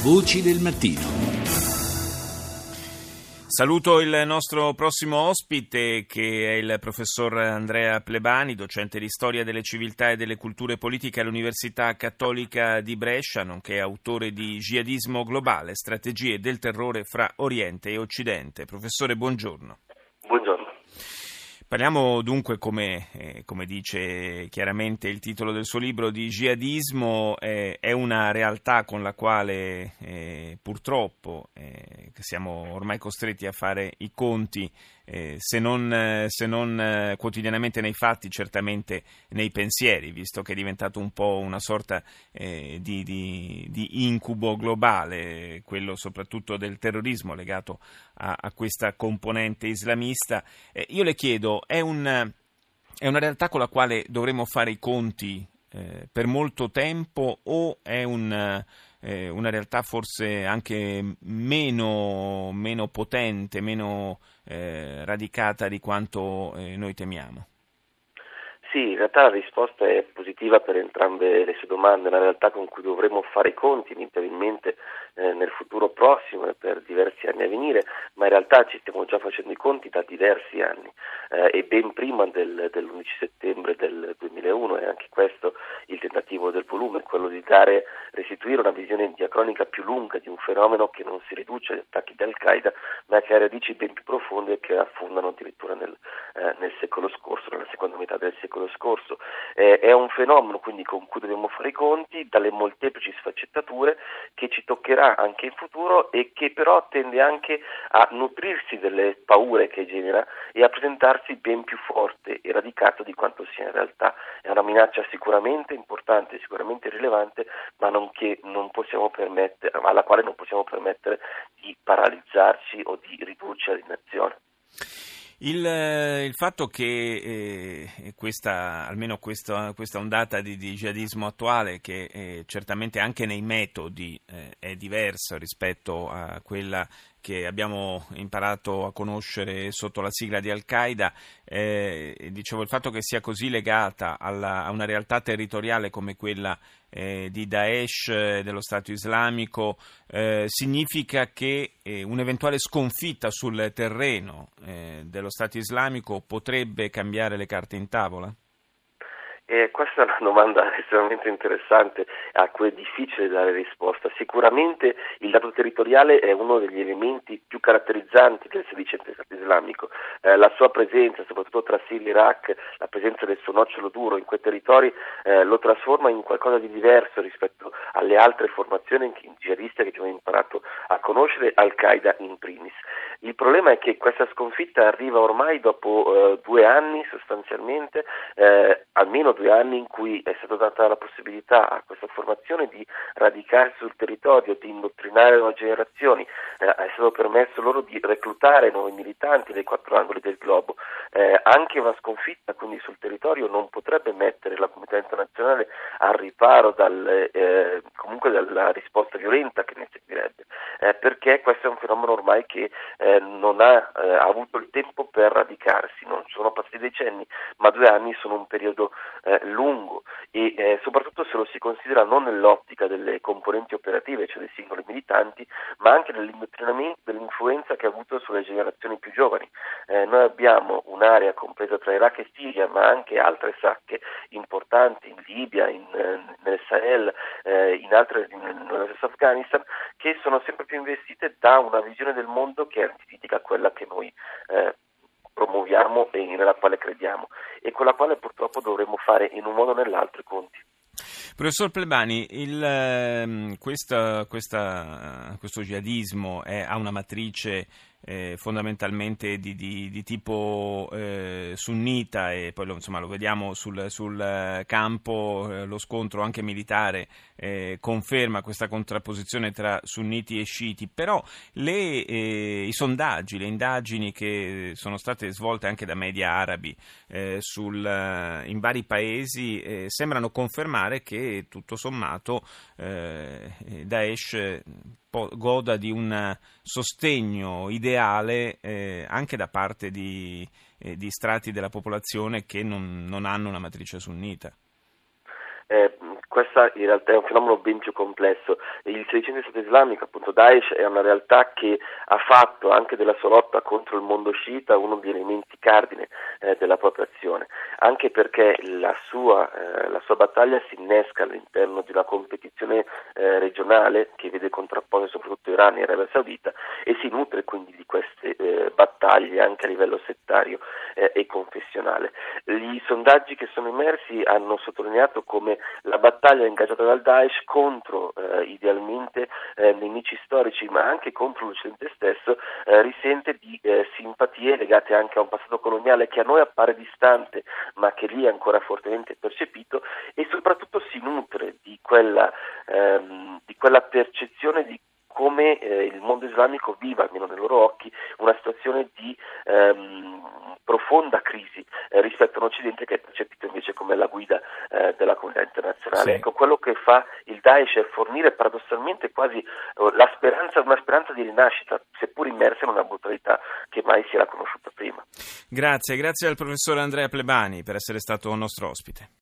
Voci del mattino. Saluto il nostro prossimo ospite, che è il professor Andrea Plebani, docente di Storia delle Civiltà e delle Culture Politiche all'Università Cattolica di Brescia, nonché autore di Jihadismo globale, strategie del terrore fra Oriente e Occidente. Professore, buongiorno. Buongiorno. Parliamo dunque, come dice chiaramente il titolo del suo libro, di jihadismo. È una realtà con la quale purtroppo siamo ormai costretti a fare i conti, se non quotidianamente nei fatti, certamente nei pensieri, visto che è diventato un po' una sorta di incubo globale, quello soprattutto del terrorismo legato a questa componente islamista. Io le chiedo, è una realtà con la quale dovremo fare i conti per molto tempo, o è una realtà forse anche meno potente, meno radicata di quanto noi temiamo? Sì, in realtà la risposta è positiva per entrambe le sue domande. È una realtà con cui dovremo fare i conti inevitabilmente nel futuro prossimo e per diversi anni a venire, ma in realtà ci stiamo già facendo i conti da diversi anni e ben prima dell'11 settembre del 2001. E anche questo il tentativo del volume, quello di restituire una visione diacronica più lunga di un fenomeno che non si riduce agli attacchi di Al-Qaeda, ma che ha radici ben più profonde, che affondano addirittura nel secolo scorso, nella seconda metà del secolo scorso. È un fenomeno quindi con cui dobbiamo fare i conti, dalle molteplici sfaccettature, che ci toccherà anche in futuro e che però tende anche a nutrirsi delle paure che genera e a presentarsi ben più forte e radicato di quanto sia in realtà. È una minaccia sicuramente importante, sicuramente rilevante, ma alla quale non possiamo permettere di paralizzarci o di ridurci all'inazione. Il fatto che questa ondata di jihadismo attuale, che certamente anche nei metodi è diversa rispetto a quella che abbiamo imparato a conoscere sotto la sigla di Al-Qaeda, il fatto che sia così legata a una realtà territoriale come quella di Daesh, dello Stato Islamico, significa che un'eventuale sconfitta sul terreno dello Stato Islamico potrebbe cambiare le carte in tavola? Questa è una domanda estremamente interessante a cui è difficile dare risposta. Sicuramente il dato territoriale è uno degli elementi più caratterizzanti del sedicente Stato islamico. La sua presenza, soprattutto tra Siria e Iraq, la presenza del suo nocciolo duro in quei territori lo trasforma in qualcosa di diverso rispetto alle altre formazioni jihadiste che abbiamo imparato a conoscere, Al-Qaeda in primis. Il problema è che questa sconfitta arriva ormai dopo 2 anni sostanzialmente, almeno 2 anni in cui è stata data la possibilità a questa formazione di radicarsi sul territorio, di indottrinare nuove generazioni, è stato permesso loro di reclutare nuovi militanti dai 4 angoli del globo. Anche una sconfitta quindi sul territorio non potrebbe mettere la comunità internazionale al riparo comunque dalla risposta violenta che ne seguirebbe, perché questo è un fenomeno ormai che non ha avuto il tempo per radicarsi. Non sono passati decenni, ma 2 anni sono un periodo lungo e soprattutto se lo si considera non nell'ottica delle componenti operative, cioè dei singoli militanti, ma anche dell'indottrinamento, dell'influenza che ha avuto sulle generazioni più giovani. Noi abbiamo un'area compresa tra Iraq e Siria, ma anche altre sacche importanti in Libia, nel Sahel, nello stesso Afghanistan, che sono sempre più investite da una visione del mondo che è antitetica a quella che noi promuoviamo e nella quale crediamo, e con la quale purtroppo dovremo fare in un modo o nell'altro i conti. Professor Plebani, questo jihadismo ha una matrice fondamentalmente di tipo sunnita, e poi lo vediamo sul campo. Lo scontro anche militare conferma questa contrapposizione tra sunniti e sciiti, però i sondaggi, le indagini che sono state svolte anche da media arabi in vari paesi sembrano confermare che tutto sommato Daesh goda di un sostegno ideale anche da parte di strati della popolazione che non hanno una matrice sunnita. Questo in realtà è un fenomeno ben più complesso. Il sedicente Stato islamico, appunto Daesh, è una realtà che ha fatto anche della sua lotta contro il mondo sciita uno degli elementi cardine della propria azione, anche perché la sua battaglia si innesca all'interno di una competizione regionale che vede contrapposte soprattutto Iran e Arabia Saudita e si nutre quindi di queste battaglie anche a livello settario e confessionale. I sondaggi che sono emersi hanno sottolineato come la battaglia ingaggiata dal Daesh contro idealmente nemici storici ma anche contro l'Occidente stesso risente di simpatie legate anche a un passato coloniale che a noi appare distante ma che lì è ancora fortemente percepito e soprattutto si nutre di quella percezione di come il mondo islamico viva, almeno nei loro occhi, una situazione di profonda crisi rispetto a un Occidente che è percepito invece come la guida della comunità internazionale. Sì. Ecco, quello che fa il Daesh è fornire paradossalmente quasi una speranza di rinascita, seppur immersa in una brutalità che mai si era conosciuta prima. Grazie al professor Andrea Plebani per essere stato nostro ospite.